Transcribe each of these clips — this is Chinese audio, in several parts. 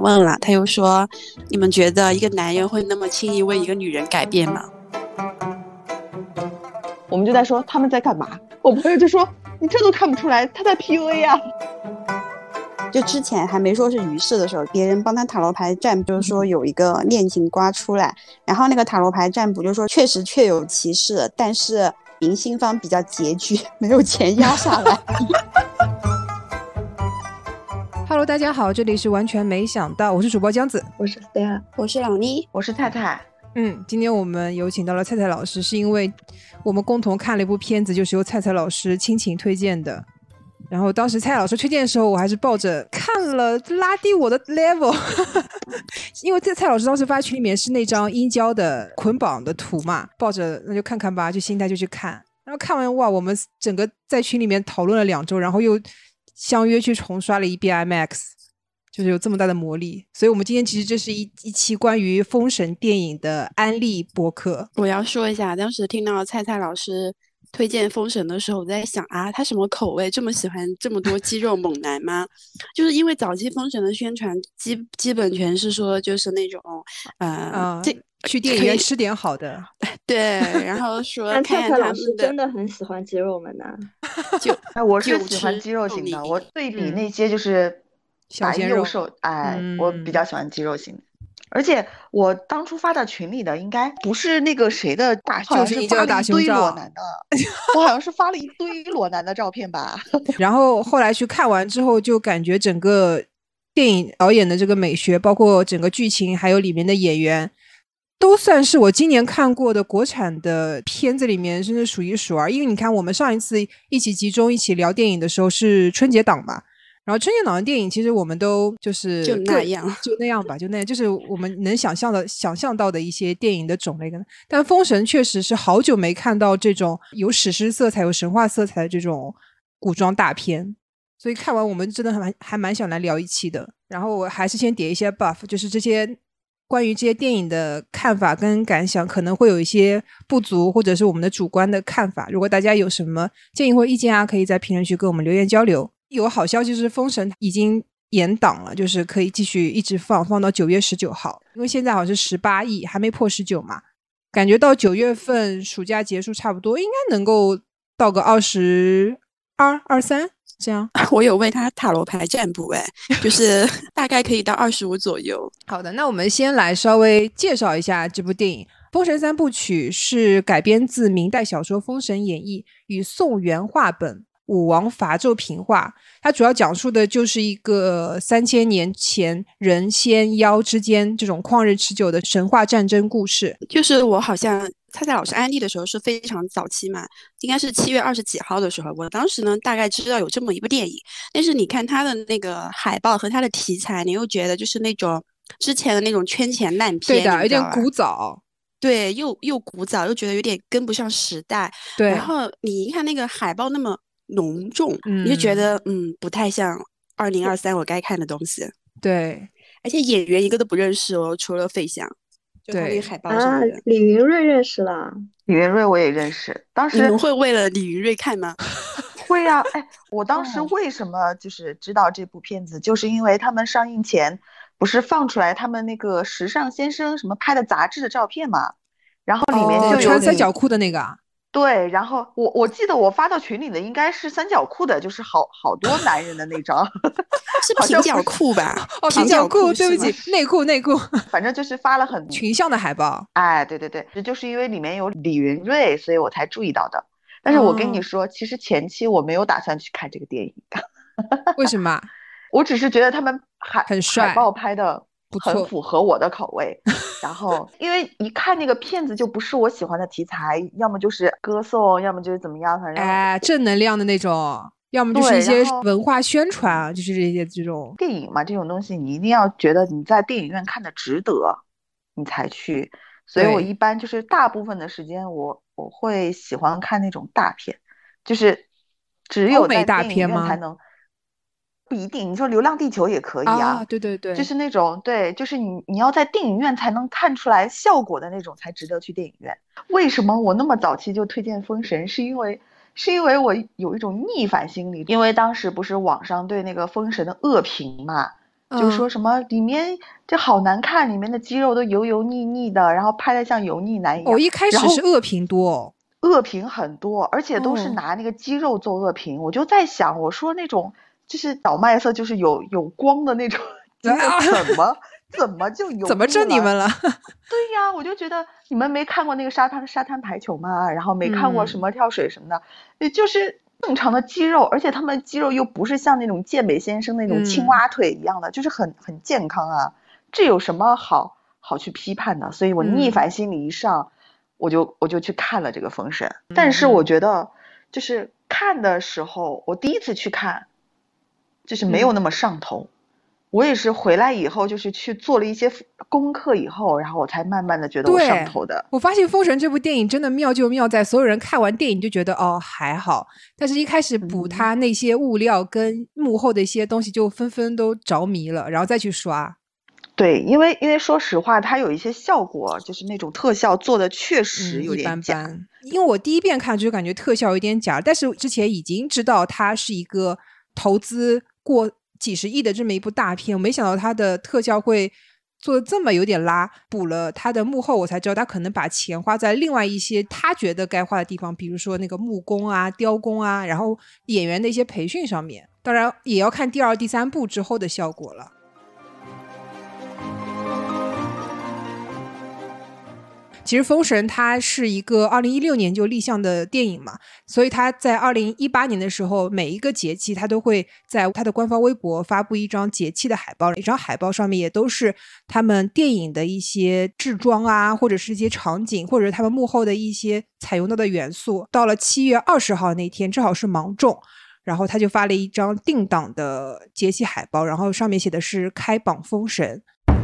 问了，他又说你们觉得一个男人会那么轻易为一个女人改变吗？ 我们就在说他们在干嘛，我朋友就说你这都看不出来他在 PUA 啊。 就之前还没说是于氏的时候，别人帮他塔罗牌占卜，就是说有一个恋情卦出来，然后那个塔罗牌占卜就说确实确有其事，但是迎新方比较拮据，没有钱压下来。 Hello， 大家好，这里是完全没想到，我是主播姜子， 我是 Stella， 我是老妮， 我是太太。 今天我们有请到了菜菜老师，是因为我们共同看了一部片子，就是由菜菜老师亲情推荐的。然后当时蔡老师推荐的时候，我还是抱着看了拉低我的 level 因为蔡老师当时发群里面是那张阴交的捆绑的图嘛，抱着那就看看吧，就心态就去看。然后看完哇，我们整个在群里面讨论了2周，然后又相约去重刷了一遍 IMAX， 就是有这么大的魔力。所以我们今天其实这是一期关于封神电影的安利播客。 我要说一下，当时听到蔡老师推荐封神的时候，我在想啊，他什么口味这么喜欢这么多肌肉猛男吗？就是因为早期封神的宣传基本全是说就是那种去电影院吃点好的对，然后说但看蔡老师他们的真的很喜欢肌肉猛男， 我是喜欢肌肉型的，我对比那些就是白幼瘦，我比较喜欢肌肉型的。而且我当初发到群里的应该不是那个谁的大胸， 就是发了一堆裸男的，我好像是发了一堆裸男的照片吧。 然后后来去看完之后，就感觉整个电影导演的这个美学，包括整个剧情，还有里面的演员，都算是我今年看过的国产的片子里面甚至数一数二。因为你看我们上一次一起集中一起聊电影的时候是春节档嘛，然后春节档的电影其实我们都就那样吧，就那样，就是我们能想象到的一些电影的种类。但封神确实是好久没看到这种有史诗色彩有神话色彩的这种古装大片，所以看完我们真的还蛮想来聊一期的。然后我还是先叠一些 buff， 就是这些关于这些电影的看法跟感想可能会有一些不足，或者是我们的主观的看法，如果大家有什么建议或意见啊，可以在评论区跟我们留言交流。有好消息是封神已经延档了，就是可以继续一直放到9月19号，因为现在好像是18亿还没破19嘛，感觉到9月份暑假结束差不多应该能够到个22、23这样。 我有为他塔罗牌占卜就是大概可以到25左右。 好的，那我们先来稍微介绍一下这部电影。封神3部曲是改编自明代小说《封神演义》与宋元话本武王伐纣平话，它主要讲述的就是一个3000年前人仙妖之间这种旷日持久的神话战争故事。 就是我好像蔡老师安利的时候是非常早期嘛，应该是7月20几号的时候，我当时呢大概知道有这么一部电影，但是你看它的那个海报和它的题材，你又觉得就是那种之前的那种圈钱烂片， 对的，有点古早。 对，又古早，又觉得有点跟不上时代。 对， 然后你一看那个海报那么浓重，你就觉得不太像2023我该看的东西。 对， 而且演员一个都不认识哦，除了费翔。就他那个海报什么的。 李云瑞认识了， 李云瑞我也认识。当时你们会为了李云瑞看吗？ 会啊，我当时为什么就是知道这部片子，就是因为他们上映前不是放出来他们那个时尚先生什么拍的杂志的照片嘛，然后里面就有穿三角裤的那个。 对，然后我记得我发到群里的应该是三角裤的，就是好多男人的那张， 是平角裤吧？ 平角裤，对不起，内裤， 反正就是发了很群像的海报。 对，这就是因为里面有李云瑞，所以我才注意到的。但是我跟你说，其实前期我没有打算去看这个电影。 为什么？ 我只是觉得他们很帅， 海报拍的很符合我的口味。然后因为一看那个片子就不是我喜欢的题材，要么就是歌颂，要么就是怎么样，反正正能量的那种，要么就是一些文化宣传啊，就是这种电影嘛，这种东西你一定要觉得你在电影院看的值得，你才去。所以我一般就是大部分的时间我会喜欢看那种大片，就是只有在电影院才能。不一定，你说《流浪地球》也可以啊。 对， 就是那种就是你要在电影院才能看出来效果的那种才值得去电影院。为什么我那么早期就推荐《封神》，是因为我有一种逆反心理，因为当时不是网上对那个《封神》的恶评嘛， 就是说什么里面这好难看，里面的肌肉都油油腻腻的，然后拍得像油腻男一样。 一开始是恶评多恶评很多，而且都是拿那个肌肉做恶评。我就在想，我说那种就是小麦色，就是有光的那种肌肉，怎么就油腻了？ 怎么着你们了？ 对呀，我就觉得你们没看过那个沙滩排球吗？然后没看过什么跳水什么的，也就是正常的肌肉，而且他们肌肉又不是像那种健美先生那种青蛙腿一样的，就是很健康啊。这有什么好去批判的？所以我逆反心理一上，我就去看了这个《封神》。但是我觉得就是看的时候，我第一次去看，就是没有那么上头。我也是回来以后，就是去做了一些功课以后，然后我才慢慢的觉得我上头的。 我发现《封神》这部电影真的妙就妙在，所有人看完电影就觉得还好，但是一开始补它那些物料跟幕后的一些东西，就纷纷都着迷了，然后再去刷。 对，因为说实话，它有一些效果，就是那种特效做的确实有点假。 一般般。因为我第一遍看就感觉特效有点假，但是之前已经知道它是一个投资过几十亿的这么一部大片，我没想到它的特效会做的这么有点拉。补了它的幕后，我才知道他可能把钱花在另外一些他觉得该花的地方，比如说那个木工啊、雕工啊，然后演员的一些培训上面。当然也要看第2、第3部之后的效果了。其实《封神》它是一个2016年就立项的电影嘛，所以它在2018年的时候，每一个节气它都会在它的官方微博发布一张节气的海报，一张海报上面也都是他们电影的一些制装啊，或者是一些场景，或者是他们幕后的一些采用到的元素。到了7月20号那天，正好是芒种，然后他就发了一张定档的节气海报，然后上面写的是开榜封神。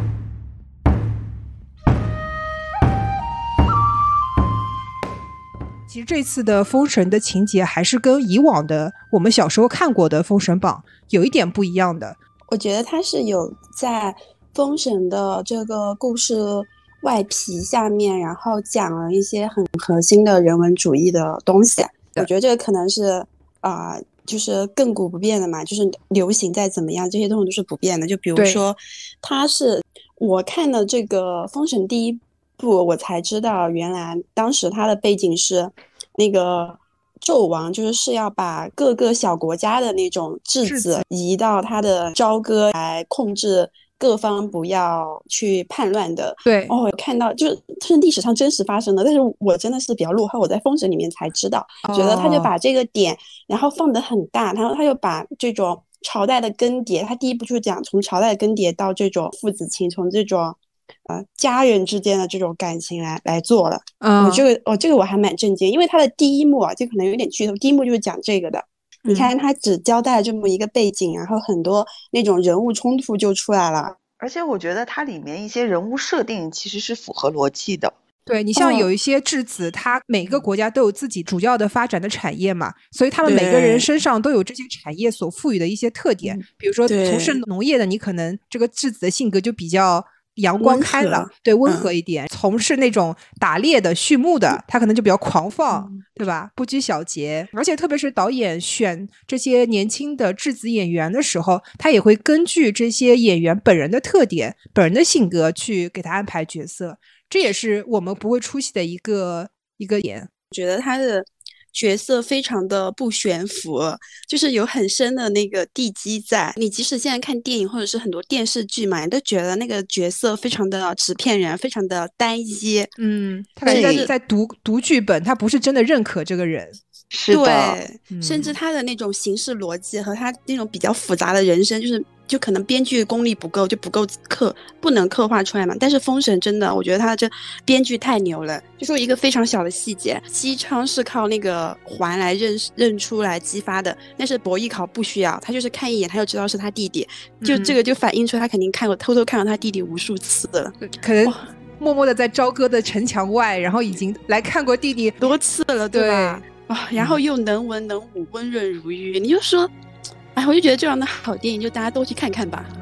其实这次的封神的情节还是跟以往的我们小时候看过的封神榜有一点不一样的。 我觉得它是有在封神的这个故事外皮下面，然后讲了一些很核心的人文主义的东西。我觉得这个可能是就是亘古不变的嘛，就是流行再怎么样，这些东西都是不变的。就比如说，它是我看了这个封神第一部，我才知道原来当时它的背景是那个纣王就是要把各个小国家的那种质子移到他的朝歌来控制各方不要去叛乱的。 对， 看到就是是历史上真实发生的，但是我真的是比较落后，我在封神里面才知道，觉得他就把这个点然后放得很大，然后他就把这种朝代的更迭，他第一步就是讲从朝代的更迭到这种父子情，从这种家人之间的这种感情来做了。这个我还蛮震惊，因为他的第一幕就可能有点剧透，第一幕就是讲这个的。你看他只交代了这么一个背景，然后很多那种人物冲突就出来了。 而且我觉得它里面一些人物设定其实是符合逻辑的。 对，你像有一些质子，它每个国家都有自己主要的发展的产业嘛，所以他们每个人身上都有这些产业所赋予的一些特点。比如说从事农业的，你可能这个质子的性格就比较阳光开朗，对，温和一点。从事那种打猎的、畜牧的，他可能就比较狂放，对吧？不拘小节。而且特别是导演选这些年轻的质子演员的时候，他也会根据这些演员本人的特点、本人的性格去给他安排角色。这也是我们不会出戏的一个点。 我觉得他的角色非常的不悬浮，就是有很深的那个地基在。你即使现在看电影或者是很多电视剧嘛，你都觉得那个角色非常的纸片人，非常的单一。 他感觉在读剧本，他不是真的认可这个人。 是的， 对，甚至他的那种形式逻辑和他那种比较复杂的人生，就可能编剧功力不够，就不能刻画出来嘛。但是封神真的，我觉得他这编剧太牛了。就说一个非常小的细节，姬昌是靠那个环来认出来姬发的，但是伯邑考不需要，他就是看一眼他就知道是他弟弟，就这个就反映出他肯定偷偷看到他弟弟无数次了， 可能默默的在朝歌的城墙外，然后已经来看过弟弟多次了，对吧？然后又能文能武，温润如玉，你就说我就觉得这样的好电影就大家都去看看吧。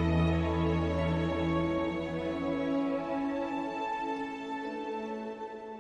我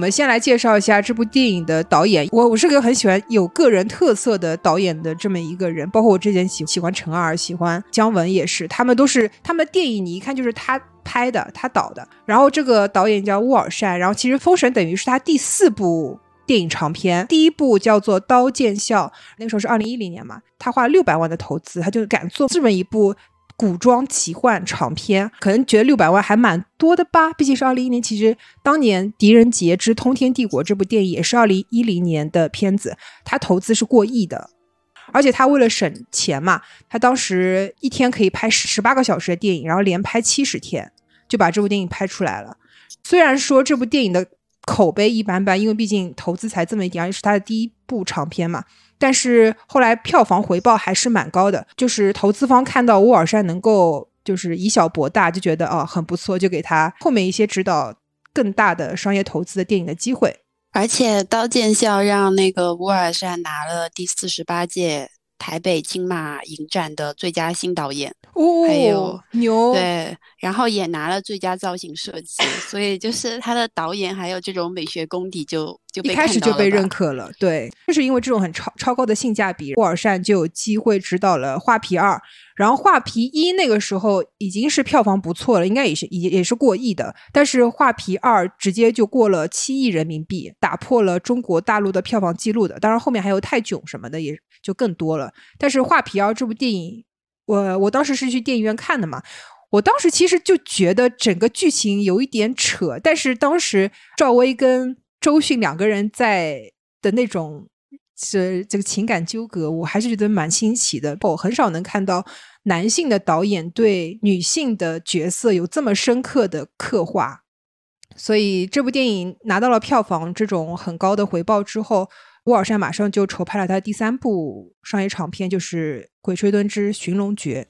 们先来介绍一下这部电影的导演。我是个很喜欢有个人特色的导演的这么一个人，包括我之前喜欢陈二，喜欢姜文也是，他们的电影你一看就是他拍的，他导的。然后这个导演叫乌尔善，然后其实《封神》等于是他第4部电影长片，第1部叫做《刀剑笑》，那个时候是2010年嘛，他花了600万的投资，他就敢做这么一部古装奇幻长片，可能觉得600万还蛮多的吧，毕竟是2010年。其实当年《狄仁杰之通天帝国》这部电影也是2010年的片子，他投资是过亿的，而且他为了省钱嘛，他当时一天可以拍18个小时的电影，然后连拍70天就把这部电影拍出来了。虽然说这部电影的口碑一般般，因为毕竟投资才这么一点，而且是他的第1部长片嘛，但是后来票房回报还是蛮高的，就是投资方看到乌尔善能够就是以小博大，就觉得很不错，就给他后面一些指导更大的商业投资的电影的机会。 而且《刀剑笑》让那个乌尔善拿了第48届台北金马影展的最佳新导演，还有牛， 对，然后也拿了最佳造型设计，所以就是他的导演还有这种美学功底就被一开始就被认可了。对，就是因为这种很超高的性价比，乌尔善就有机会指导了《画皮2》，然后《画皮1》那个时候已经是票房不错了，应该也是过亿的，但是《画皮2》直接就过了7亿人民币，打破了中国大陆的票房记录的。当然后面还有泰囧什么的也就更多了。但是《画皮2》这部电影我当时是去电影院看的嘛，我当时其实就觉得整个剧情有一点扯，但是当时赵薇跟周迅2个人在的那种这个情感纠葛，我还是觉得蛮新奇的。我很少能看到男性的导演对女性的角色有这么深刻的刻画，所以这部电影拿到了票房这种很高的回报之后，乌尔善马上就筹拍了他第3部商业长片，就是《鬼吹灯之寻龙诀》。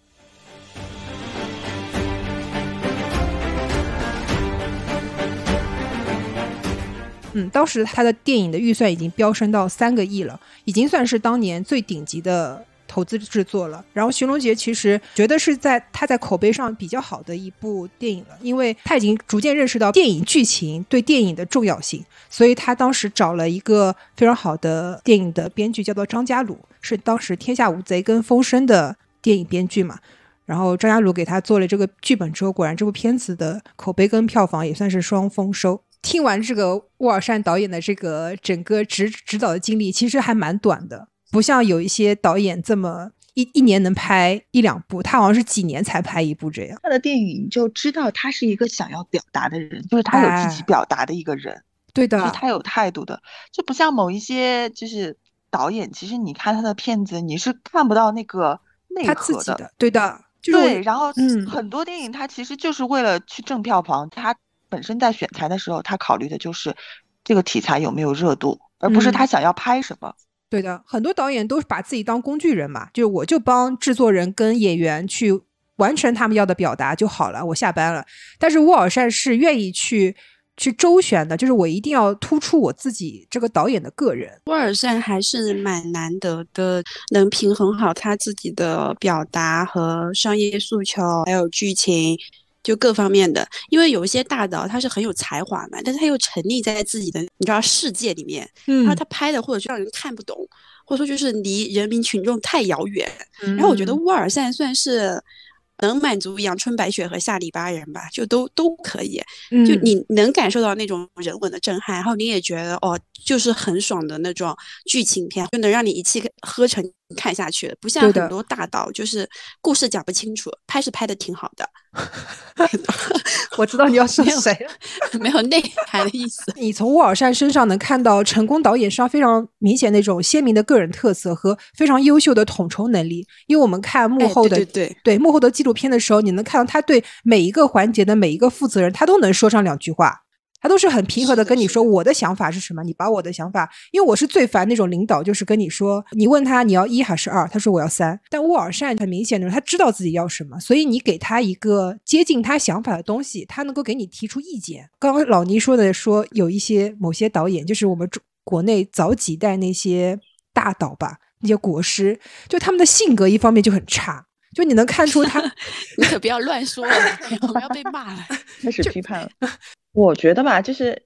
当时他的电影的预算已经飙升到3个亿了，已经算是当年最顶级的投资制作了。然后《寻龙诀》其实觉得是他在口碑上比较好的一部电影了，因为他已经逐渐认识到电影剧情对电影的重要性，所以他当时找了一个非常好的电影的编剧，叫做张家鲁，是当时《天下无贼》跟《风声》的电影编剧嘛。然后张家鲁给他做了这个剧本之后，果然这部片子的口碑跟票房也算是双丰收。听完这个乌尔善导演的这个整个指导的经历，其实还蛮短的，不像有一些导演这么一年能拍1-2部，他好像是几年才拍1部这样。 他的电影就知道他是一个想要表达的人，就是他有自己表达的一个人， 对的， 就是他有态度的，就不像某一些就是导演，其实你看他的片子，你是看不到那个内核他自己的，对的，就是对，然后很多电影他其实就是为了去挣票房，他本身在选材的时候，他考虑的就是这个题材有没有热度，而不是他想要拍什么。 对的，很多导演都把自己当工具人嘛，就是我就帮制作人跟演员去完成他们要的表达就好了，我下班了。但是乌尔善是愿意去周旋的，就是我一定要突出我自己这个导演的个人。 乌尔善还是蛮难得的，能平衡好他自己的表达和商业诉求，还有剧情，就各方面的。因为有一些大导他是很有才华嘛，但是他又沉溺在自己的你知道世界里面，然后他拍的或者是让人看不懂，或者说就是离人民群众太遥远。然后我觉得乌尔善算是能满足阳春白雪和下里巴人吧，就都可以，就你能感受到那种人文的震撼，然后你也觉得就是很爽的那种剧情片，就能让你一气呵成看下去，不像很多大导就是故事讲不清楚，拍是拍的挺好的。 我知道你要说谁了，没有内涵的意思。 你从乌尔善身上能看到成功导演上非常明显那种鲜明的个人特色和非常优秀的统筹能力。因为我们看幕后的对幕后的纪录片的时候，你能看到他对每一个环节的每一个负责人，他都能说上2句话。他都是很平和的跟你说我的想法是什么，你把我的想法，因为我是最烦那种领导，就是跟你说，你问他你要1还是2，他说我要3。但乌尔善很明显的他知道自己要什么，所以你给他一个接近他想法的东西，他能够给你提出意见。刚刚老倪说的说有一些某些导演，就是我们国内早几代那些大导吧，那些国师，就他们的性格一方面就很差，就你能看出他你可不要乱说了，我们要被骂了。 开始批判了。我觉得吧，就是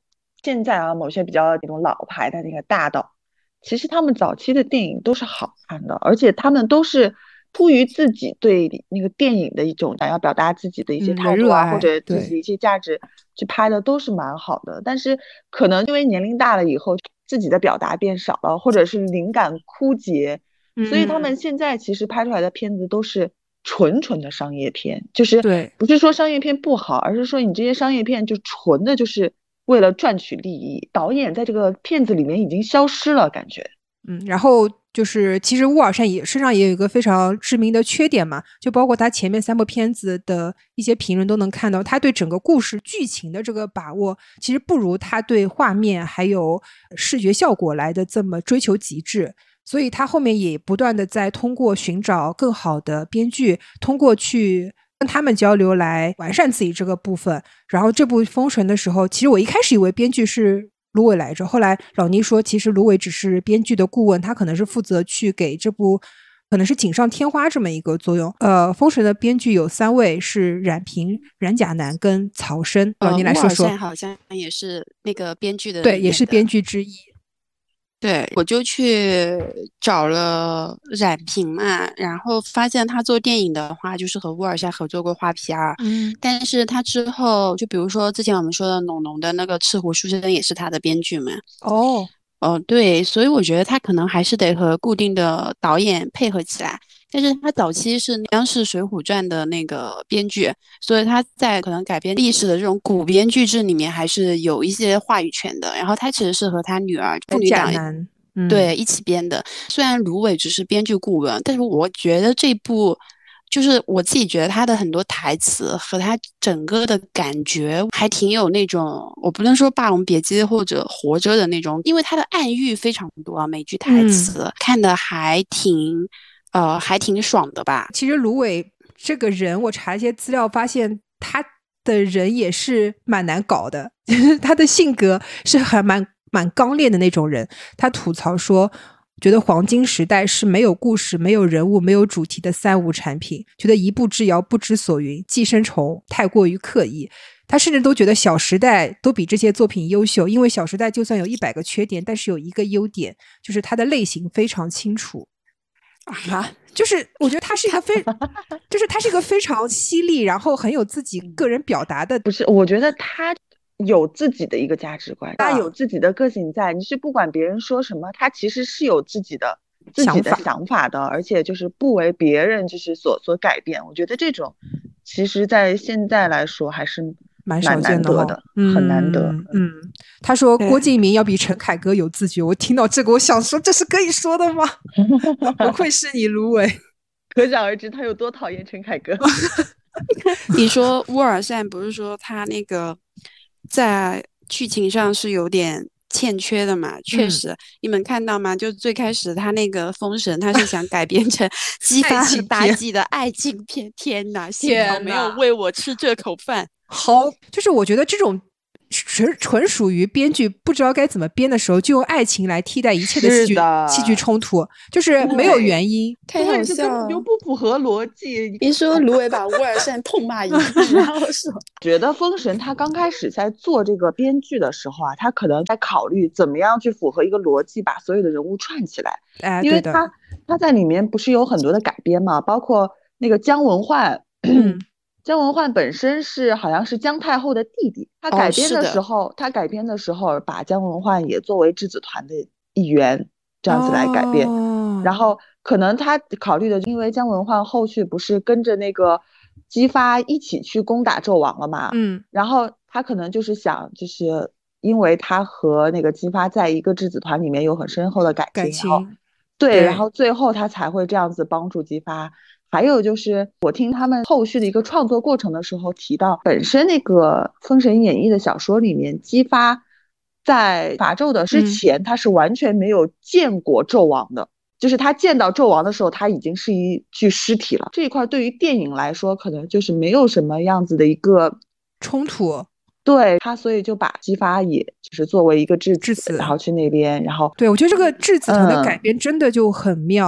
现在啊，某些比较那种老牌的那个大导，其实他们早期的电影都是好看的，而且他们都是出于自己对那个电影的一种想要表达自己的一些态度啊，或者自己的一些价值去拍的，都是蛮好的。但是可能因为年龄大了以后，自己的表达变少了，或者是灵感枯竭，所以他们现在其实拍出来的片子都是纯纯的商业片，就是不是说商业片不好，而是说你这些商业片就纯的就是为了赚取利益，导演在这个片子里面已经消失了，感觉。 然后就是其实乌尔善身上也有一个非常致命的缺点嘛，就包括他前面3部片子的一些评论都能看到，他对整个故事剧情的这个把握其实不如他对画面还有视觉效果来的这么追求极致，所以他后面也不断的在通过寻找更好的编剧，通过去跟他们交流来完善自己这个部分。然后这部《封神》的时候，其实我一开始以为编剧是芦苇来着，后来老倪说其实芦苇只是编剧的顾问，他可能是负责去给这部可能是锦上添花这么一个作用。封神的编剧有3位，是冉平、冉甲男跟曹参。老倪来说说。 好像也是那个编剧的， 对，也是编剧之一。 对，我就去找了冉平嘛，然后发现他做电影的话，就是和乌尔善合作过画皮儿，但是他之后就比如说之前我们说的农农的那个赤狐书生也是他的编剧嘛。对，所以我觉得他可能还是得和固定的导演配合起来。但是他早期是央视《水浒传》的那个编剧，所以他在可能改编历史的这种古编剧制里面还是有一些话语权的。然后他其实是和他女儿妇女党对一起编的。虽然芦苇只是编剧顾问，但是我觉得这部就是我自己觉得他的很多台词和他整个的感觉还挺有那种，我不能说霸王别姬或者活着的那种，因为他的暗喻非常多啊，每句台词看的还挺爽的吧。 其实芦苇这个人，我查一些资料发现他的人也是蛮难搞的，他的性格是还蛮刚烈的那种人。他吐槽说觉得黄金时代是没有故事、没有人物、没有主题的3无产品，觉得一步之遥不知所云，寄生虫太过于刻意。他甚至都觉得小时代都比这些作品优秀，因为小时代就算有100个缺点，但是有一个优点，就是它的类型非常清楚。就是我觉得他是一个就是他是一个非常犀利，然后很有自己个人表达的。 不是，我觉得他有自己的一个价值观，他有自己的个性在。你是不管别人说什么，他其实是有自己的想法的，而且就是不为别人就是所改变。我觉得这种其实在现在来说还是蛮少见的，很难得。 他说郭敬明要比陈凯歌有自觉，我听到这个我想说这是可以说的吗？不愧是你芦苇， 可想而知他有多讨厌陈凯歌。 你说乌尔善不是说他那个在剧情上是有点欠缺的嘛？确实，你们看到吗？就最开始他那个封神，他是想改编成姬发和妲己的爱情片。天哪，幸好没有喂我吃这口饭。 好，就是我觉得这种纯属于编剧不知道该怎么编的时候，就用爱情来替代一切的戏剧冲突，就是没有原因， 太好笑了， 又不符合逻辑。 别说芦苇把乌尔善痛骂一顿，然后说觉得封神他刚开始在做这个编剧的时候啊，他可能在考虑怎么样去符合一个逻辑，把所有的人物串起来。因为他在里面不是有很多的改编嘛，包括那个姜文焕。姜文焕本身是好像是姜太后的弟弟，他改编的时候，把姜文焕也作为质子团的一员，这样子来改编。然后可能他考虑的，因为姜文焕后续不是跟着那个姬发一起去攻打纣王了嘛，然后他可能就是想，就是因为他和那个姬发在一个质子团里面有很深厚的感情，对，然后最后他才会这样子帮助姬发。还有就是我听他们后续的一个创作过程的时候提到，本身那个《封神演义》的小说里面，姬发在伐纣的之前，他是完全没有见过纣王的，就是他见到纣王的时候，他已经是一具尸体了。这一块对于电影来说，可能就是没有什么样子的一个冲突。 对他，所以就把姬发也就是作为一个质子，然后去那边，然后对，我觉得这个质子团的改编真的就很妙。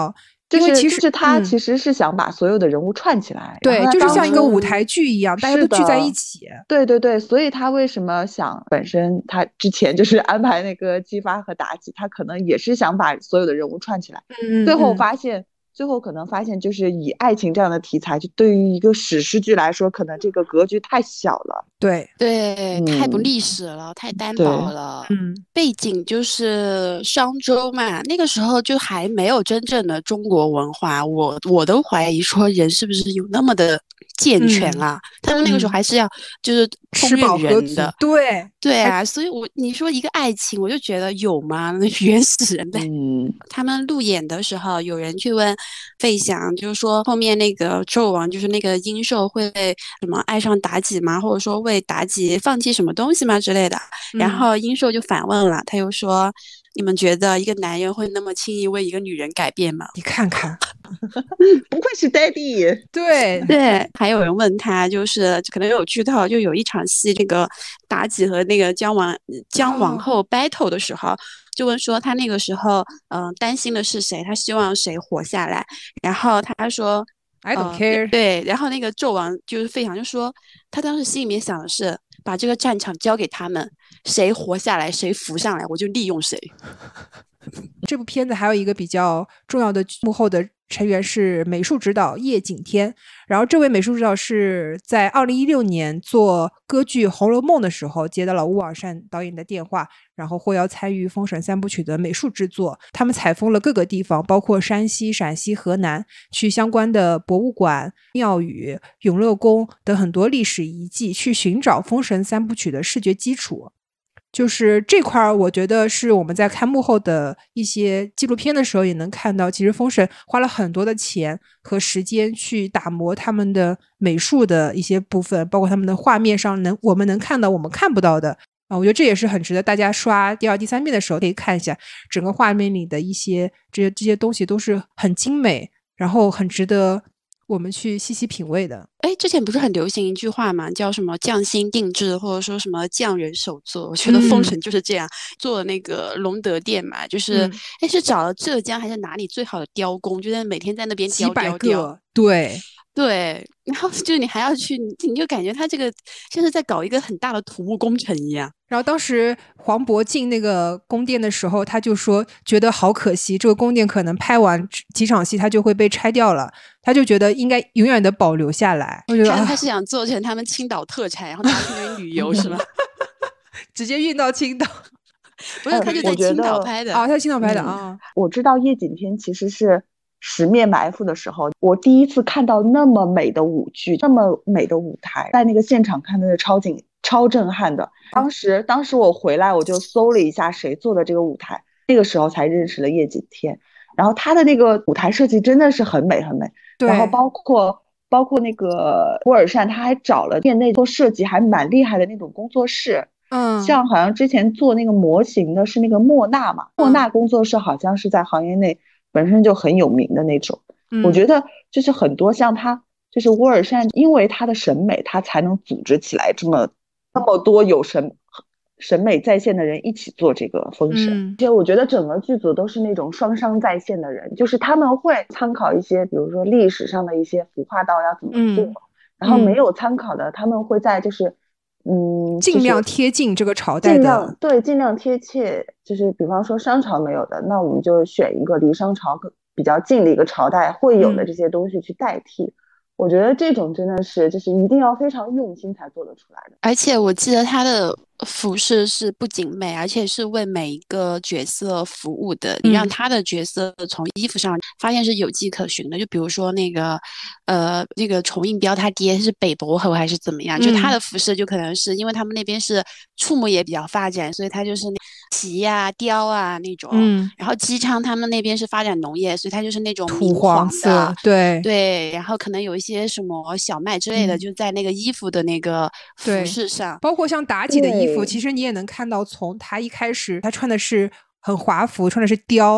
就是他其实是想把所有的人物串起来， 对，就是像一个舞时台剧一样，大家都聚在一起。 对对对，所以他为什么想本身他之前就是安排那个姬发和妲己，他可能也是想把所有的人物串起来，最后可能发现就是以爱情这样的题材，就对于一个史诗剧来说，可能这个格局太小了。 对对，太不历史了，太单薄了。背景就是商周嘛，那个时候就还没有真正的中国文化，我都怀疑说人是不是有那么的健全啊？他们那个时候还是要就是吃饱喝足， 对啊，所以你说一个爱情，我就觉得有吗？原始人类，他们路演的时候，有人去问费翔，就是说后面那个纣王，就是那个殷寿会什么爱上妲己吗？或者说为妲己放弃什么东西吗之类的？然后殷寿就反问了，他又说：“你们觉得一个男人会那么轻易为一个女人改变吗？” 你看看， 不愧是 Daddy。 对对，还有人问他，就是可能有剧透，就有一场戏，这个妲己和那个姜王后 battle 的时候，就问说他那个时候担心的是谁，他希望谁活下来，然后他说 I don't care。 对，然后那个纣王就是费翔就说，他当时心里面想的是把这个战场交给他们，谁活下来谁浮上来，我就利用谁。 这部片子还有一个比较重要的幕后的成员是美术指导叶景天，然后这位美术指导是在2016年做歌剧《红楼梦》的时候接到了乌尔善导演的电话，然后获邀参与《封神三部曲》的美术制作。他们采风了各个地方，包括山西、陕西、河南，去相关的博物馆、庙宇、永乐宫等很多历史遗迹，去寻找《封神三部曲》的视觉基础。就是这块我觉得是我们在看幕后的一些纪录片的时候也能看到，其实封神花了很多的钱和时间去打磨他们的美术的一些部分，包括他们的画面上我们能看到我们看不到的我觉得这也是很值得大家刷第二、第三遍的时候可以看一下，整个画面里的一些这些东西都是很精美，然后很值得我们去细细品味的。 之前不是很流行一句话嘛，叫什么匠心定制，或者说什么匠人手作。我觉得封神就是这样，做那个隆德殿嘛，就是是找了浙江还是哪里最好的雕工，就在每天在那边雕几百个，对， 然后就是你还要去，你就感觉他这个像是在搞一个很大的土木工程一样。 然后当时黄渤进那个宫殿的时候，他就说觉得好可惜，这个宫殿可能拍完几场戏它就会被拆掉了，他就觉得应该永远的保留下来。我觉得他是想做成他们青岛特产，然后大家去那边旅游是吗？ 直接运到青岛。 不是，他就在青岛拍的他在青岛拍的啊。 我知道叶景天其实是十面埋伏的时候，我第一次看到那么美的舞剧，那么美的舞台，在那个现场看的超震撼的。当时我回来我就搜了一下谁做的这个舞台，那个时候才认识了叶景天。然后他的那个舞台设计真的是很美很美，然后包括那个乌尔善他还找了店内做设计还蛮厉害的那种工作室。像好像之前做那个模型的是那个莫纳嘛，莫纳工作室好像是在行业内本身就很有名的那种。我觉得就是很多像他，就是乌尔善，因为他的审美，他才能组织起来这么多有审美在线的人一起做这个封神。而且我觉得整个剧组都是那种双商在线的人，就是他们会参考一些，比如说历史上的一些服化道要怎么做，然后没有参考的，他们会在就是尽量贴近这个朝代的， 尽量贴切。就是比方说商朝没有的，那我们就选一个离商朝比较近的一个朝代会有的这些东西去代替。我觉得这种真的是就是一定要非常用心才做得出来的。 而且我记得他的服饰是不仅美，而且是为每一个角色服务的。你让他的角色从衣服上发现是有迹可循的，就比如说那个崇应标他爹是北伯侯还是怎么样，就他的服饰就可能是因为他们那边是畜牧业比较发展，所以他就是皮啊貂啊那种。然后姬昌他们那边是发展农业，所以他就是那种土黄色， 对，然后可能有一些什么小麦之类的，就在那个衣服的那个服饰上， 包括像妲己的衣服，其实你也能看到，从她一开始她穿的是很华服，穿的是貂，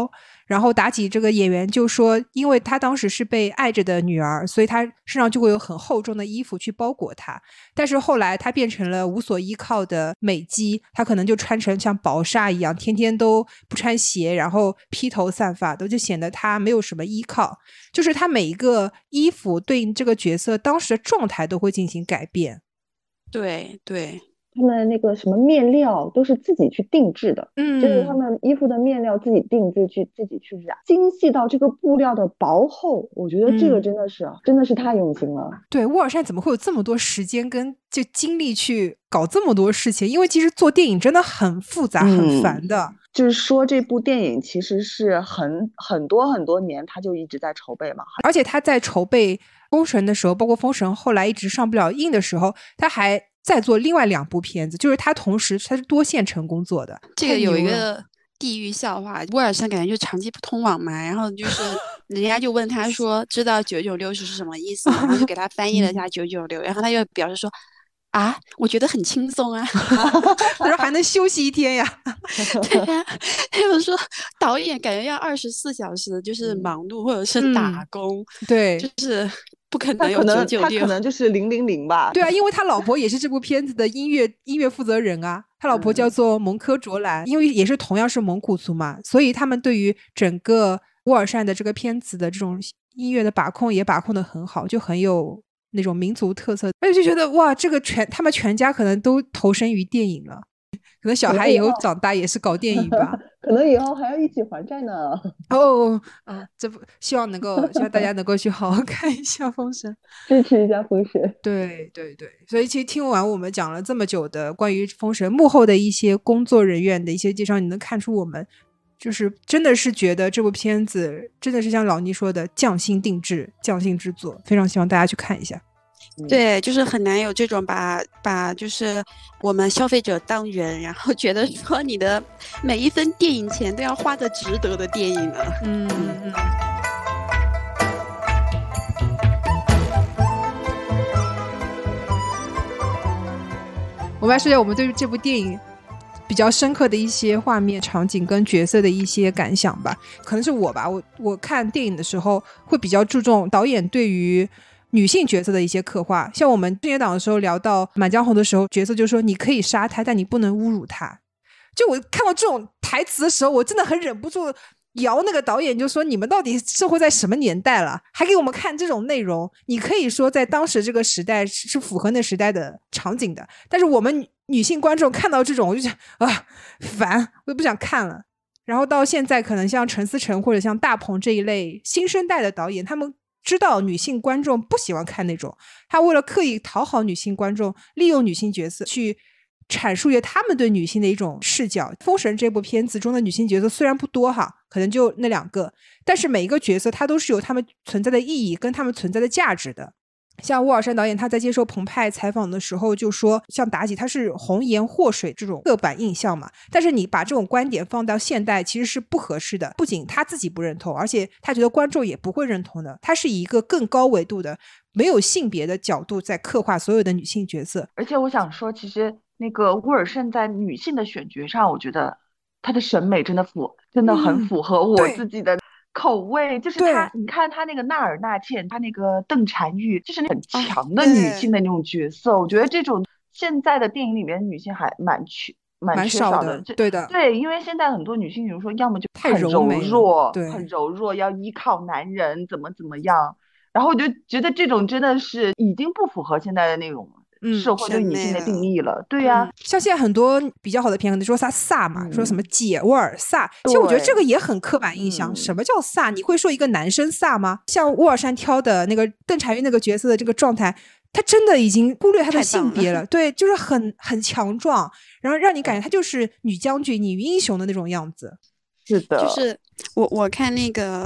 然后妲己这个演员就说，因为她当时是被爱着的女儿，所以她身上就会有很厚重的衣服去包裹她。但是后来她变成了无所依靠的美姬，她可能就穿成像薄纱一样，天天都不穿鞋，然后披头散发的，就显得她没有什么依靠。就是她每一个衣服对应这个角色当时的状态都会进行改变。 对对， 他们那个什么面料都是自己去定制的，就是他们衣服的面料自己定制，自己去染，精细到这个布料的薄厚，我觉得这个真的是太用心了。 对，沃尔善怎么会有这么多时间跟就精力去搞这么多事情？因为其实做电影真的很复杂、很烦的。 就是说这部电影其实是很多年他就一直在筹备嘛， 而且他在筹备封神的时候，包括封神后来一直上不了映的时候，他还在做另外2部片子，就是他同时他是多线程工作的。 这个有一个地狱笑话，沃尔善感觉就长期不通网嘛，然后就是人家就问他说知道996是什么意思吗？然后就给他翻译了一下996，然后他又表示说啊，我觉得很轻松啊， 他说还能休息1天呀。 对呀，他就说导演感觉要24小时就是忙碌或者是打工， 对， 就是不可能有996， 他可能就是000吧。 对啊，因为他老婆也是这部片子的音乐负责人啊，他老婆叫做蒙柯卓兰，因为也是同样是蒙古族嘛，所以他们对于整个沃尔善的这个片子的这种音乐的把控也把控得很好，就很有那种民族特色，而且就觉得哇，这个他们全家可能都投身于电影了，可能小孩以后长大也是搞电影吧， 可能以后还要一起还债呢。 这不希望大家能够去好好看一下《封神》， 支持一下《封神》。 对对对，所以其实听完我们讲了这么久的关于《封神》幕后的一些工作人员的一些介绍，你能看出我们就是真的是觉得这部片子真的是像老倪说的匠心定制、匠心制作，非常希望大家去看一下。 对，就是很难有这种把就是我们消费者当人，然后觉得说你的每一分电影钱都要花得值得的电影了。 我们来说一下我们对于这部电影比较深刻的一些画面场景跟角色的一些感想吧。可能是我吧，我看电影的时候会比较注重导演对于女性角色的一些刻画，像我们春节档的时候聊到《满江红》的时候，角色就说你可以杀他，但你不能侮辱他。就我看到这种台词的时候，我真的很忍不住摇那个导演，就说你们到底生活在什么年代了，还给我们看这种内容？你可以说在当时这个时代是符合那时代的场景的，但是我们女性观众看到这种，我就想烦，我就不想看了。然后到现在可能像陈思诚或者像大鹏这一类新生代的导演，他们知道女性观众不喜欢看那种，他为了刻意讨好女性观众，利用女性角色去阐述他们对女性的一种视角。封神这部片子中的女性角色虽然不多哈，可能就那2个，但是每一个角色它都是有他们存在的意义跟他们存在的价值的。像沃尔善导演他在接受澎湃采访的时候就说，像妲己她是红颜祸水这种刻板印象嘛，但是你把这种观点放到现代其实是不合适的，不仅他自己不认同，而且他觉得观众也不会认同的。他是以一个更高维度的没有性别的角度在刻画所有的女性角色。 而且我想说，其实那个沃尔善在女性的选角上，我觉得他的审美真的很符合我自己的口味。就是他，你看他那个纳尔纳茜，他那个邓婵玉，就是那很强的女性的那种角色。我觉得这种现在的电影里面女性还蛮缺少的。对，因为现在很多女性，比如说要么就很柔弱，很柔弱，要依靠男人，怎么样。然后我就觉得这种真的是已经不符合现在的那种社会对女性的定义了。对呀， 像现在很多比较好的片，可能说他飒嘛，说什么姐味儿飒，其实我觉得这个也很刻板印象。什么叫飒？你会说一个男生飒吗？像沃尔善挑的那个邓婵玉那个角色的这个状态，他真的已经忽略他的性别了。对，就是很强壮，然后让你感觉他就是女将军、女英雄的那种样子。 是的， 就是我看那个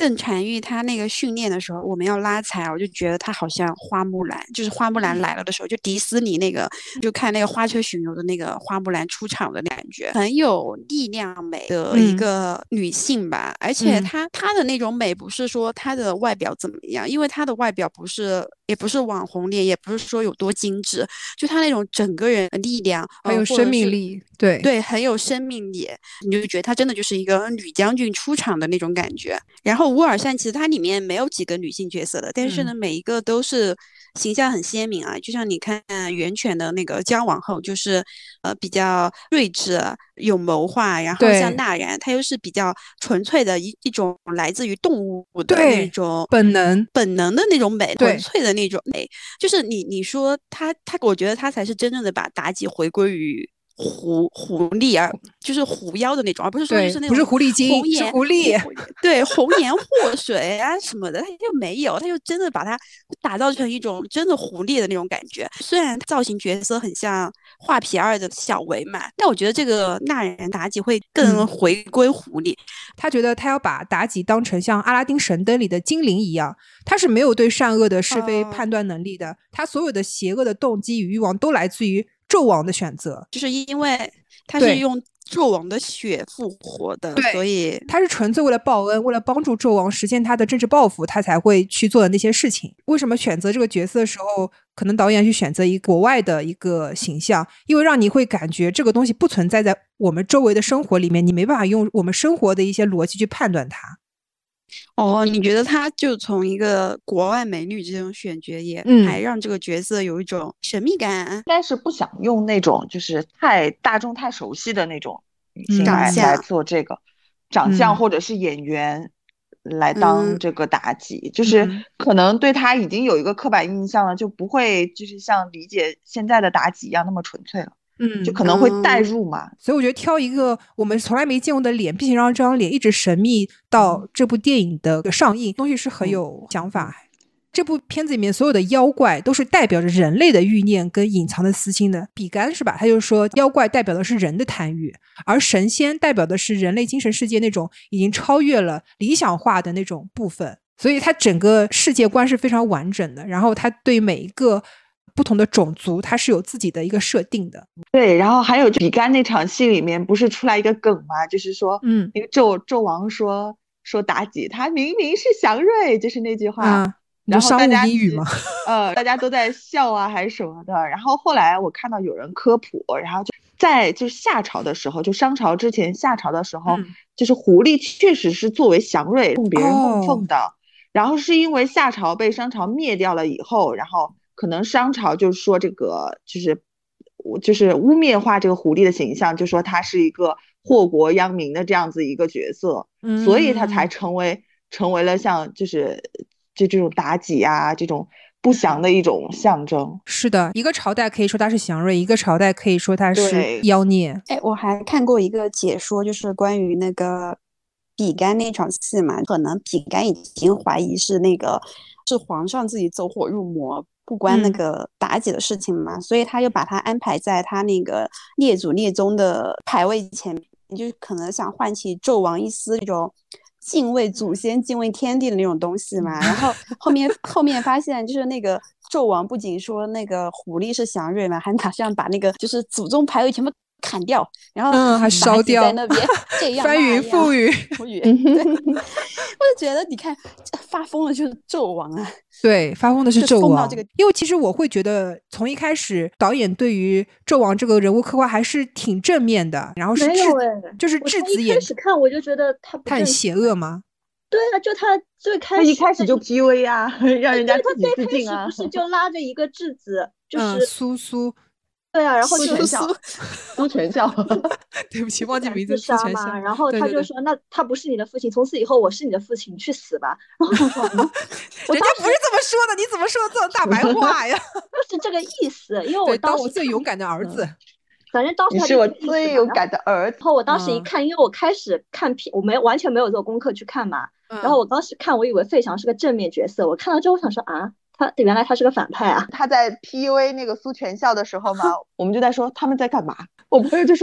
邓婵玉她那个训练的时候，我们要拉踩，我就觉得她好像花木兰，就是花木兰来了的时候，就迪士尼那个，就看那个花车巡游的那个花木兰出场的感觉，很有力量美的一个女性吧。而且她的那种美不是说她的外表怎么样，因为她的外表也不是网红脸，也不是说有多精致，就她那种整个人的力量很有生命力， 对，很有生命力，你就觉得她真的就是一个女将军出场的那种感觉。然后乌尔善其实它里面没有几个女性角色的，但是呢，每一个都是形象很鲜明啊。就像你看袁泉的那个姜王后，就是比较睿智、有谋划，然后像纳然，她又是比较纯粹的一种来自于动物的那种本能的那种美，纯粹的那种美。就是你说她，我觉得她才是真正的把妲己回归于狐狸，就是狐妖的那种，而不是说就是那种不是狐狸精，是狐狸， 对，红颜祸水啊什么的，他就没有，他就真的把它打造成一种真的狐狸的那种感觉。虽然造型角色很像画皮二的小维嘛，但我觉得这个纳然妲己会更回归狐狸。 他觉得他要把妲己当成像阿拉丁神灯里的精灵一样，他是没有对善恶的是非判断能力的，他所有的邪恶的动机与欲望都来自于纣王的选择， 就是因为他是用纣王的血复活的，所以他是纯粹为了报恩，为了帮助纣王实现他的政治抱负，他才会去做的那些事情。为什么选择这个角色的时候，可能导演去选择一个国外的一个形象，因为让你会感觉这个东西不存在在我们周围的生活里面，你没办法用我们生活的一些逻辑去判断它。 哦，你觉得他就从一个国外美女这种选角也还让这个角色有一种神秘感？ 应该是不想用那种就是太大众太熟悉的那种女性来做这个长相或者是演员来当这个妲己，就是可能对她已经有一个刻板印象了，就不会就是像理解现在的妲己一样那么纯粹了。就可能会代入嘛， 所以我觉得挑一个我们从来没见过的脸，并且让这张脸一直神秘到这部电影的上映，东西是很有想法。这部片子里面所有的妖怪都是代表着人类的欲念跟隐藏的私心的。比干是吧？他就说妖怪代表的是人的贪欲，而神仙代表的是人类精神世界那种已经超越了理想化的那种部分。所以它整个世界观是非常完整的，然后它对每一个不同的种族它是有自己的一个设定的。 对，然后还有比干那场戏里面不是出来一个梗吗？就是说那个纣王说妲己她明明是祥瑞，就是那句话，然后大家商务英语吗？ 大家都在笑啊还是什么的。然后后来我看到有人科普，然后就在就是夏朝的时候，就商朝之前夏朝的时候，就是狐狸确实是作为祥瑞供别人供奉的。然后是因为夏朝被商朝灭掉了以后，然后可能商朝就是说这个就是污蔑化这个狐狸的形象，就说他是一个祸国殃民的这样子一个角色，所以他才成为了像就这种妲己啊这种不祥的一种象征。 是的，一个朝代可以说它是祥瑞，一个朝代可以说它是妖孽。 我还看过一个解说，就是关于那个比干那场戏嘛，可能比干已经怀疑是皇上自己走火入魔，不关那个妲己的事情嘛，所以他就把他安排在他那个列祖列宗的牌位前面，就可能想唤起纣王一丝这种敬畏祖先、敬畏天地的那种东西嘛。然后后面发现，就是那个纣王不仅说那个狐狸是祥瑞嘛，还马上把那个就是祖宗牌位全部砍掉，然后还烧掉在那边这样翻云覆雨。 对，我就觉得你看发疯的就是纣王啊。 对，发疯的是纣王。 这个因为其实我会觉得从一开始导演对于纣王这个人物刻画还是挺正面的，然后是就是质子也开始看我就觉得他很邪恶吗？ 对啊，就他最开始他一开始就 PUA 啊，让人家自己自尽啊。 不是就拉着一个质子，就是苏对啊，然后苏全孝对不起忘记名字， 苏全孝。然后他就说那他不是你的父亲，从此以后我是你的父亲，去死吧。然后我说人家不是这么说的，你怎么说的这种大白话呀？ 不是这个意思，因为我当时我最勇敢的儿子。 反正当时你是我最勇敢的儿子。 然后我当时一看，因为我开始看片，我完全没有做功课去看嘛。然后我当时看，我以为费翔是个正面角色，我看了之后我想说啊，原来他是个反派啊。 他在 PUA 那个苏全孝的时候嘛，我们就在说他们在干嘛。我朋友就说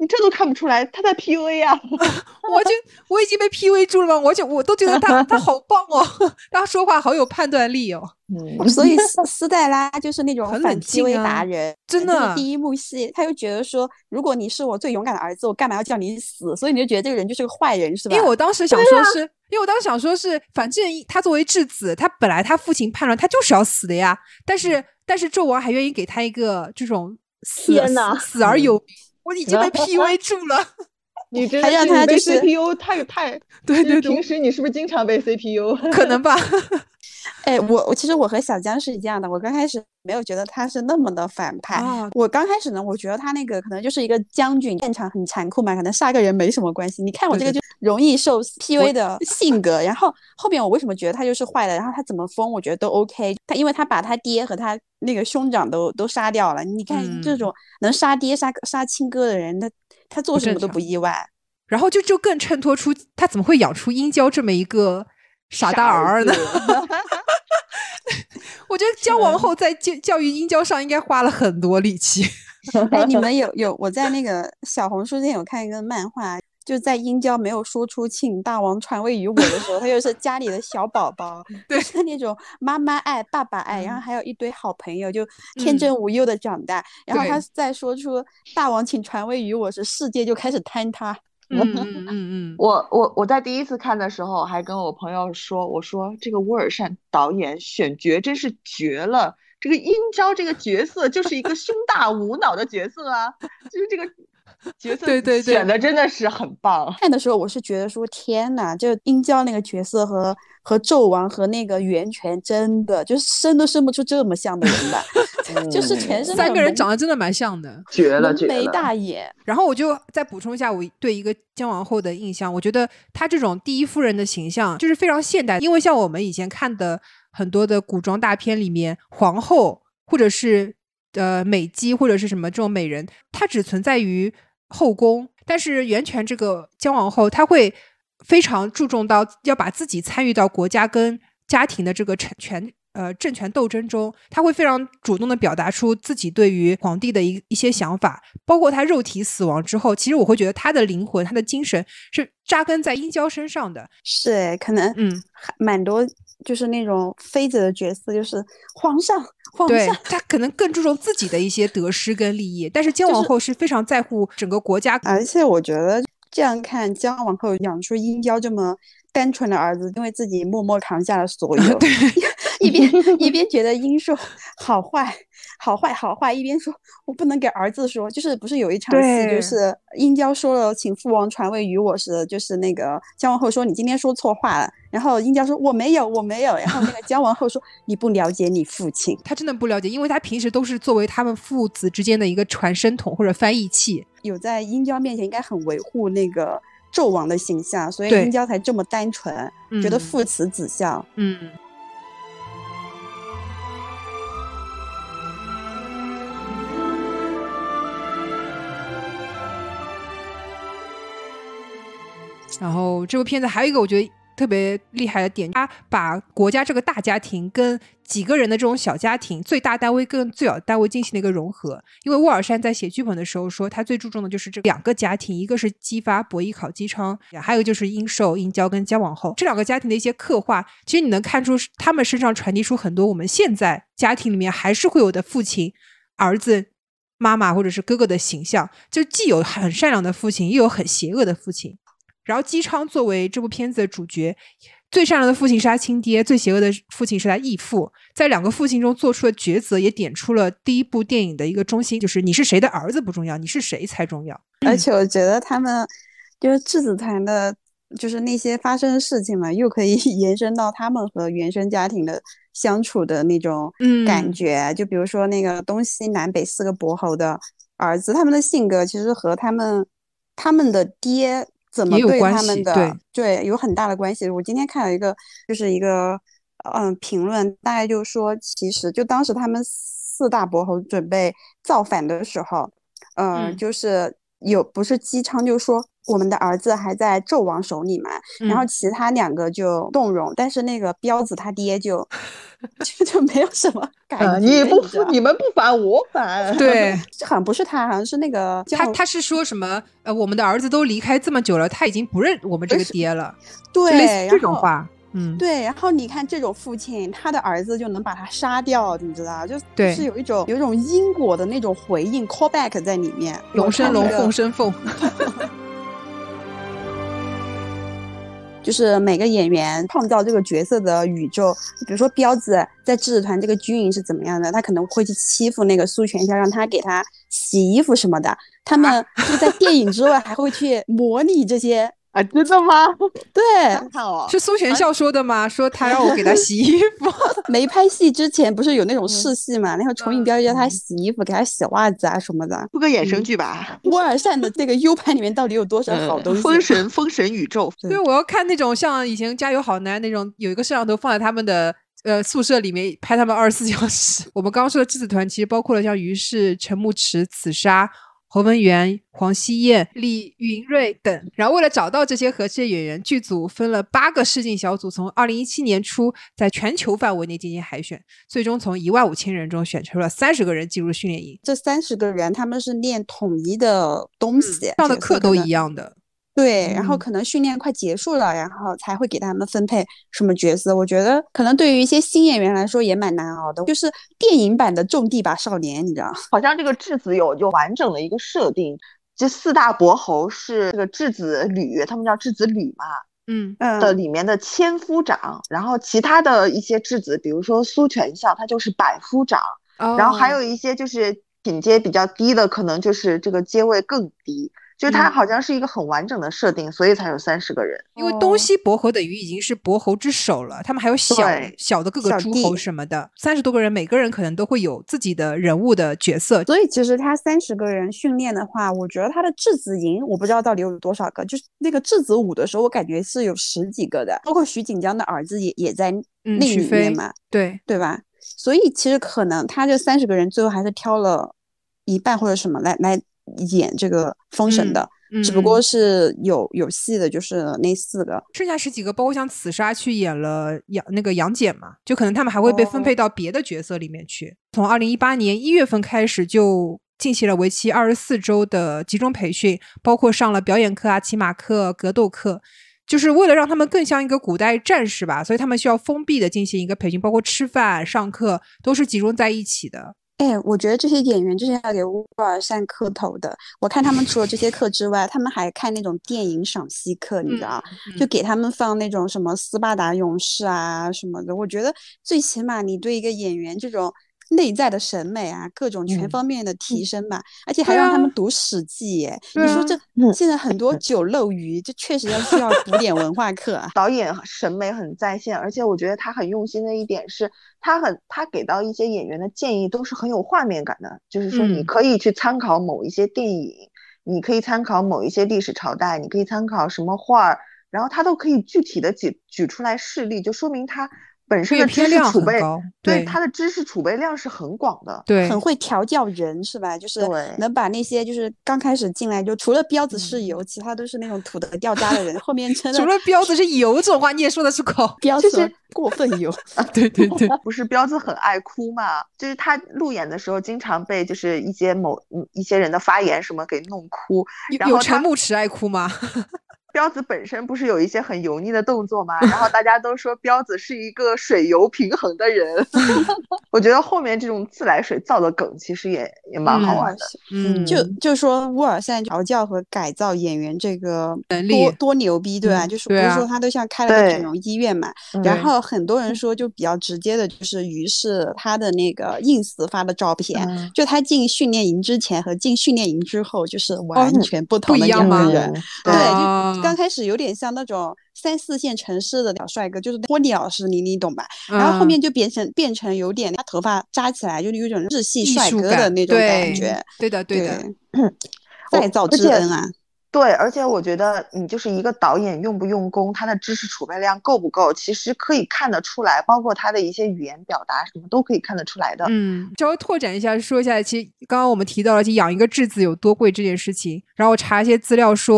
你这都看不出来他在 PUA 啊！ 我已经被 PUA 住了吗？我都觉得他好棒哦，他说话好有判断力哦。 所以斯黛拉就是那种反 PUA 达人， 真的。 就是第一幕戏，他就觉得说，如果你是我最勇敢的儿子，我干嘛要叫你死？所以你就觉得这个人就是个坏人，是吧？ 因为我当时想说是，反正他作为质子，他本来他父亲判断他就是要死的呀，但是纣王还愿意给他一个这种死而有名，我已经被 PUA 住了。 你真的是你被 CPU 太对， 平时你是不是经常被 CPU？ 可能吧。 哎，其实我和小江是一样的，我刚开始没有觉得他是那么的反派。我刚开始呢，我觉得他那个可能就是一个将军，战场很残酷嘛，可能杀个人没什么关系。你看我这个就容易受 PUA 的性格，然后后面我为什么觉得他就是坏的，然后他怎么疯，我觉得都 OK。因为他把他爹和他那个兄长都杀掉了。你看这种能杀爹杀亲哥的人，他做什么都不意外。 然后就更衬托出他怎么会养出殷郊这么一个傻大儿呢？我觉得姜王后在教育殷郊上应该花了很多力气。 哎，你们有我在那个小红书上有看一个漫画，就在殷郊没有说出请大王传位于我的时候，他就是家里的小宝宝，就是那种妈妈爱爸爸爱，然后还有一堆好朋友，就天真无忧的长大。然后他再说出大王请传位于我时，世界就开始坍塌。 我在第一次看的时候还跟我朋友说，我说这个乌尔善导演选角真是绝了，这个殷郊这个角色就是一个胸大无脑的角色啊，就是这个角色选的真的是很棒。 看的时候我是觉得说天哪，就殷郊那个角色和纣王和那个袁泉真的就是生都生不出这么像的人吧。就是全是三个人长得真的蛮像的， 绝了浓眉大眼。 然后我就再补充一下我对一个姜王后的印象，我觉得她这种第一夫人的形象就是非常现代，因为像我们以前看的很多的古装大片里面，皇后或者是美姬或者是什么这种美人，她只存在于后宫，但是袁泉这个姜王后，她会非常注重到要把自己参与到国家跟家庭的这个政权斗争中，他会非常主动的表达出自己对于皇帝的一些想法，包括他肉体死亡之后，其实我会觉得他的灵魂他的精神是扎根在殷郊身上的。 是可能蛮多就是那种妃子的角色就是皇上， 对，他可能更注重自己的一些得失跟利益，但是姜王后是非常在乎整个国家。 而且我觉得这样看姜王后养出殷郊这么单纯的儿子，因为自己默默扛下了所有。 对一边觉得殷寿好坏，一边说我不能给儿子说，就是不是有一场戏，就是殷郊说了请父王传位于我时，就是那个姜王后说你今天说错话了，然后殷郊说我没有，然后那个姜王后说你不了解你父亲。 他真的不了解，因为他平时都是作为他们父子之间的一个传声筒或者翻译器， 有在殷郊面前应该很维护那个纣王的形象，所以殷郊才这么单纯，觉得父慈子孝。 然后这部片子还有一个我觉得特别厉害的点，他把国家这个大家庭跟几个人的这种小家庭，最大单位跟最小单位进行了一个融合。因为沃尔善在写剧本的时候说，他最注重的就是这两个家庭，一个是姬发、伯邑考、姬昌，还有一个就是殷寿、殷郊跟姜王后。这两个家庭的一些刻画，其实你能看出他们身上传递出很多我们现在家庭里面还是会有的父亲、儿子、妈妈或者是哥哥的形象，就既有很善良的父亲，又有很邪恶的父亲。然后姬昌作为这部片子的主角，最善良的父亲是他亲爹，最邪恶的父亲是他义父，在两个父亲中做出的抉择也点出了第一部电影的一个中心，就是你是谁的儿子不重要，你是谁才重要。 而且我觉得他们就是质子团的就是那些发生的事情嘛，又可以延伸到他们和原生家庭的相处的那种感觉。就比如说那个东西南北四个伯侯的儿子，他们的性格其实和他们的爹怎么对他们的对有很大的关系。我今天看了一个就是一个评论，大概就说其实就当时他们四大伯侯准备造反的时候，就是不是姬昌就说我们的儿子还在纣王手里嘛，然后其他两个就动容，但是那个彪子他爹就就没有什么感觉。 你们不烦我烦。 对， 这好像不是他，好像是那个他是说什么我们的儿子都离开这么久了，他已经不认我们这个爹了， 对， 类似这种话。 对，然后你看这种父亲，他的儿子就能把他杀掉，你知道，就是有一种因果的那种回应 callback 在里面， 龙生龙，凤生凤。 就是每个演员创造这个角色的宇宙，比如说彪子在质子团这个军营是怎么样的，他可能会去欺负那个苏全孝，让他给他洗衣服什么的，他们就在电影之外还会去模拟这些啊，真的吗？ 对， 是苏全孝说的吗？说他让我给他洗衣服。 没拍戏之前不是有那种试戏嘛？然后重影标叫他洗衣服，给他洗袜子啊什么的， 出个衍生剧吧。 乌尔善的这个 U 盘里面到底有多少好东西？ 封神宇宙。 对，我要看那种像以前加油好男那种，有一个摄像头放在他们的宿舍里面拍他们24小时。我们刚刚说的质子团其实包括了像于适、陈牧驰、紫砂、侯文元、黄希燕、李云瑞等。然后为了找到这些合适的演员，剧组分了8个试镜小组，从2017年初在全球范围内进行海选，最终从15000人中选出了30个人进入训练营。 这30个人他们是练统一的东西， 上的课都一样的。 对，然后可能训练快结束了，然后才会给他们分配什么角色。我觉得可能对于一些新演员来说也蛮难熬的，就是电影版的种地吧少年，你知道？ 好像这个质子有完整的一个设定，这4大伯侯是这个质子旅，他们叫质子旅嘛，的里面的千夫长，然后其他的一些质子，比如说苏全孝，他就是百夫长，然后还有一些就是品阶比较低的，可能就是这个阶位更低。就是它好像是一个很完整的设定，所以才有30个人。 因为东西伯侯等于已经是伯侯之首了，他们还有小的各个诸侯什么的，30多个人，每个人可能都会有自己的人物的角色。 所以其实他30个人训练的话，我觉得他的质子营我不知道到底有多少个，就是那个质子舞的时候，我感觉是有10几个的，包括徐锦江的儿子也在那里面嘛，对吧？所以其实可能他这30个人最后还是挑了一半或者什么来演这个封神的，只不过是有戏的就是那4个， 剩下10几个包括像紫砂去演了那个杨戬嘛，就可能他们还会被分配到别的角色里面去。从2018年1月份开始就进行了为期24周的集中培训，包括上了表演课啊、骑马课、格斗课，就是为了让他们更像一个古代战士吧，所以他们需要封闭的进行一个培训，包括吃饭、上课都是集中在一起的。 我觉得这些演员就是要给乌尔善磕头的。我看他们除了这些课之外，他们还看那种电影赏析课，你知道，就给他们放那种什么斯巴达勇士啊什么的。我觉得最起码你对一个演员这种内在的审美啊，各种全方面的提升吧，而且还让他们读史记耶。你说这现在很多酒漏鱼，这确实需要补点文化课啊。 导演审美很在线，而且我觉得他很用心的一点是他给到一些演员的建议都是很有画面感的，就是说你可以去参考某一些电影，你可以参考某一些历史朝代，你可以参考什么画，然后他都可以具体的举出来事例，就说明他本身的知识储备，对他的知识储备量是很广的， 对，很会调教人是吧？就是能把那些就是刚开始进来就除了彪子是油，其他都是那种土得掉渣的人，后面真的除了彪子是油这种话你也说得出口， 彪子过分油对对对， 不是彪子很爱哭嘛？就是他路演的时候经常被就是一些人的发言什么给弄哭，然后有陈牧驰爱哭吗？ 彪子本身不是有一些很油腻的动作吗？然后大家都说彪子是一个水油平衡的人。我觉得后面这种自来水造的梗其实也蛮好玩的。 就说乌尔善调教和改造演员这个多牛逼，对吧？就是不是说他都像开了个整容医院嘛？然后很多人说就比较直接的就是于是他的那个 ins 发的照片，就他进训练营之前和进训练营之后就是完全不同的两个人。对，就刚开始有点像那种3、4线城市的小帅哥，就是鸵鸟式，你懂吧？然后后面就变成有点他头发扎起来，就有种日系帅哥的那种感觉。 对的， 再造之恩啊！ 对，而且我觉得你就是一个导演用不用功，他的知识储备量够不够，其实可以看得出来，包括他的一些语言表达什么都可以看得出来的。 稍微拓展一下说一下，其实刚刚我们提到了养一个质子有多贵这件事情，然后我查一些资料说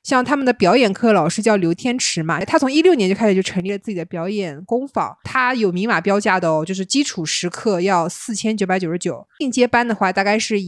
像他们的表演课老师叫刘天池嘛，他从16年就开始就成立了自己的表演工坊，他有明码标价的哦，就是基础10课要4999，进阶班的话大概是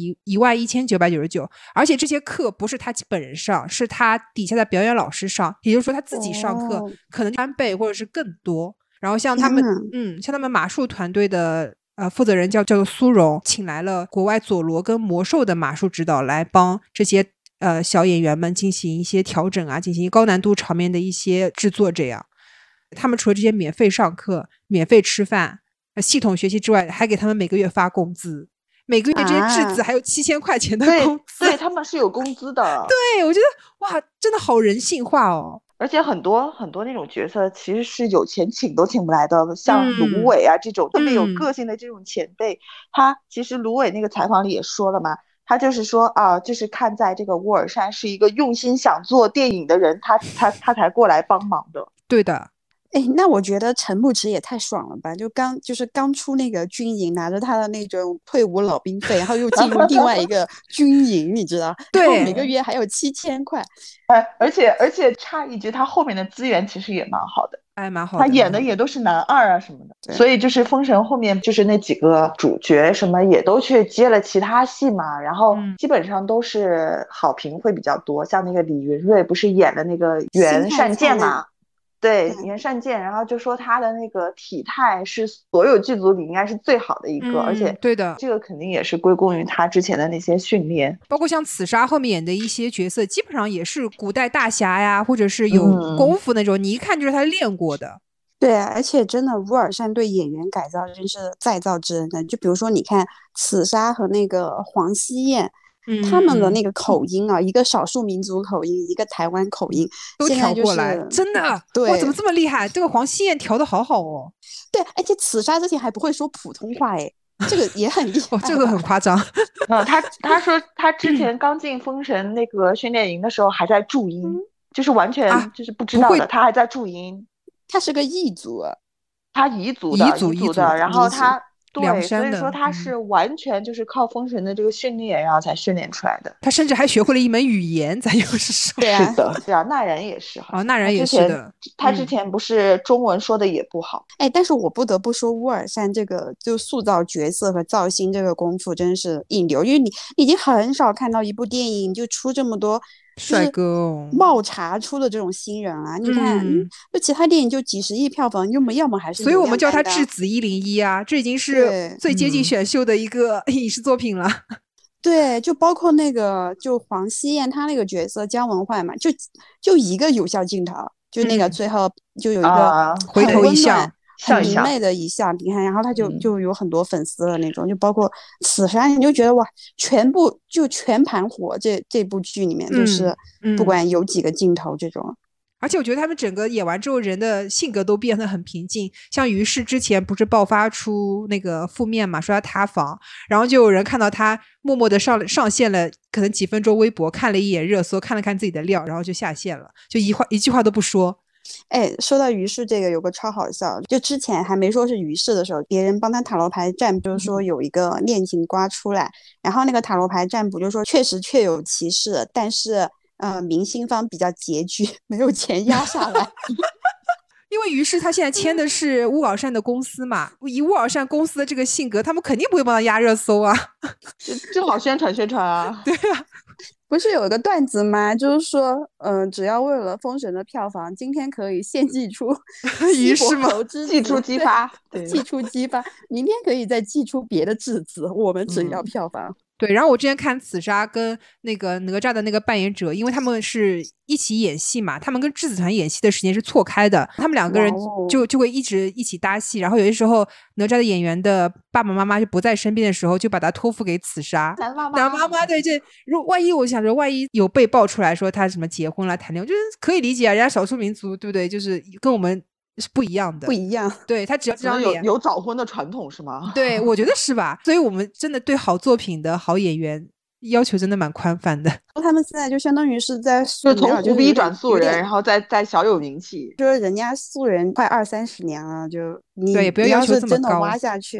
11999，而且这些课不是他本人上，是他底下的表演老师上，也就是说他自己上课可能翻倍或者是更多。然后像他们像他们马术团队的负责人叫做苏荣，请来了国外佐罗跟魔兽的马术指导来帮这些小演员们进行一些调整啊，进行高难度场面的一些制作。这样他们除了这些免费上课免费吃饭系统学习之外，还给他们每个月发工资，每个月这些质子还有7000块钱的工资。 对，他们是有工资的。 对，我觉得哇，真的好人性化哦。 而且很多那种角色其实是有钱请都请不来的，像芦苇啊这种特别有个性的这种前辈，他其实芦苇那个采访里也说了嘛，他就是说就是看在这个乌尔善是一个用心想做电影的人，他才过来帮忙的。 对的。 那我觉得陈牧驰也太爽了吧！就是刚出那个军营，拿着他的那种退伍老兵费，然后又进入另外一个军营，你知道？ 对， 每个月还有7000块。 而且插一句，他后面的资源其实也蛮好的， 蛮好的。 他演的也都是男二啊什么的，所以就是封神后面就是那几个主角什么也都去接了其他戏嘛，然后基本上都是好评会比较多。像那个李云瑞不是演了那个袁善剑嘛？对，袁善剑，然后就说他的那个体态是所有剧组里应该是最好的一个，而且对的， 这个肯定也是归功于他之前的那些训练， 包括像刺杀后面演的一些角色，基本上也是古代大侠呀，或者是有功夫那种，你一看就是他练过的。 对啊，而且真的乌尔善对演员改造真是再造之恩的。就比如说你看刺杀和那个黄熙燕。他们的那个口音啊，一个少数民族口音，一个台湾口音， 都调过来，真的。 对， 哇，怎么这么厉害？这个黄熙燕调的好好哦。 对，而且刺杀之前还不会说普通话，这个也很厉害。 这个很夸张。 他说他之前刚进封神那个训练营的时候还在注音，就是完全就是不知道的，他还在注音。 他是个彝族， 他彝族的，然后他。对，所以说他是完全就是靠封神的这个训练，然后才训练出来的。 他甚至还学会了一门语言，咱又是说。 对啊， 是的，对啊，纳然也是。 纳然也是的。 他之前不是中文说的也不好。 但是我不得不说，乌尔善这个就塑造角色和造星这个功夫真是一流，因为你已经很少看到一部电影就出这么多。 帅哥冒茶出的这种新人啊，你看，就其他电影就几10亿票房，要么还是， 所以我们叫他质子101啊，这已经是最接近选秀的一个影视作品了。 对，就包括那个就黄熙燕她那个角色姜文焕嘛，就一个有效镜头，就那个最后就有一个回头一笑。 很明媚的一笑，你看，然后他就有很多粉丝的那种，就包括刺杀，你就觉得哇，全盘火，这部剧里面就是不管有几个镜头这种。 而且我觉得他们整个演完之后人的性格都变得很平静，像于适之前不是爆发出那个负面嘛，说他塌房，然后就有人看到他默默的上线了可能几分钟微博，看了一眼热搜，看了看自己的料，然后就下线了，就一句话都不说。 说到于适这个有个超好笑，就之前还没说是于适的时候，别人帮他塔罗牌占卜，就是说有一个链型刮出来，然后那个塔罗牌占卜就说确有其事，但是明星方比较拮据，没有钱压下来。 因为于适他现在签的是乌尔善的公司嘛，以乌尔善公司的这个性格，他们肯定不会帮他压热搜啊， 正好宣传啊。 对啊。 不是有个段子吗？就是说，只要为了封神的票房，今天可以献祭出于适吗？ 祭出姬发， 祭出姬发，明天可以再祭出别的质子，我们只要票房。 对，然后我之前看刺杀跟那个哪吒的那个扮演者，因为他们是一起演戏嘛，他们跟质子团演戏的时间是错开的，他们两个人就会一起搭戏，然后有些时候哪吒的演员的爸爸妈妈就不在身边的时候，就把他托付给刺杀男妈妈。对，万一我想着万一有被爆出来说他什么结婚了谈恋爱，我觉得可以理解啊，人家少数民族对不对，就是跟我们是不一样的，对，他只要这张脸有早婚的传统是吗？ 对，我觉得是吧？所以我们真的对好作品的好演员要求真的蛮宽泛的。 他们现在就相当于是在就从胡逼转素人，然后再小有名气。 就是人家素人快20-30年了，就你对，不要求这么高， 你要是真的挖下去，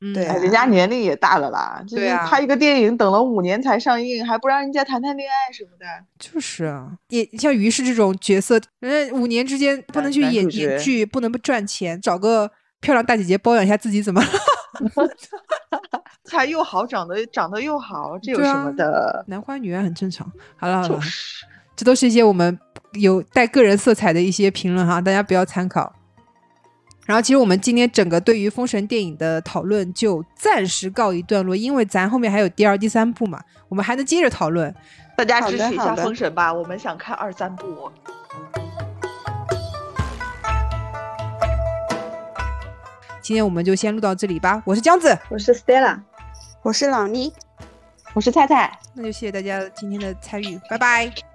对人家年龄也大了啦，就是拍一个电影等了5年才上映，还不让人家谈谈恋爱什么的。 就是啊，也像于适这种角色，人家5年之间不能去演剧，不能不赚钱，找个漂亮大姐姐包养一下自己怎么了？ 才又好，长得又好，这有什么的？ 男欢女爱很正常。好了， 就是这都是一些我们有带个人色彩的一些评论哈，大家不要参考。然后其实我们今天整个对于封神电影的讨论就暂时告一段落，因为咱后面还有第2、第3部嘛，我们还能接着讨论。 大家支持一下封神吧，我们想看2、3部。 今天我们就先录到这里吧。我是姜子， 我是 Stella， 我是老倪， 我是菜菜。 那就谢谢大家今天的参与，拜拜。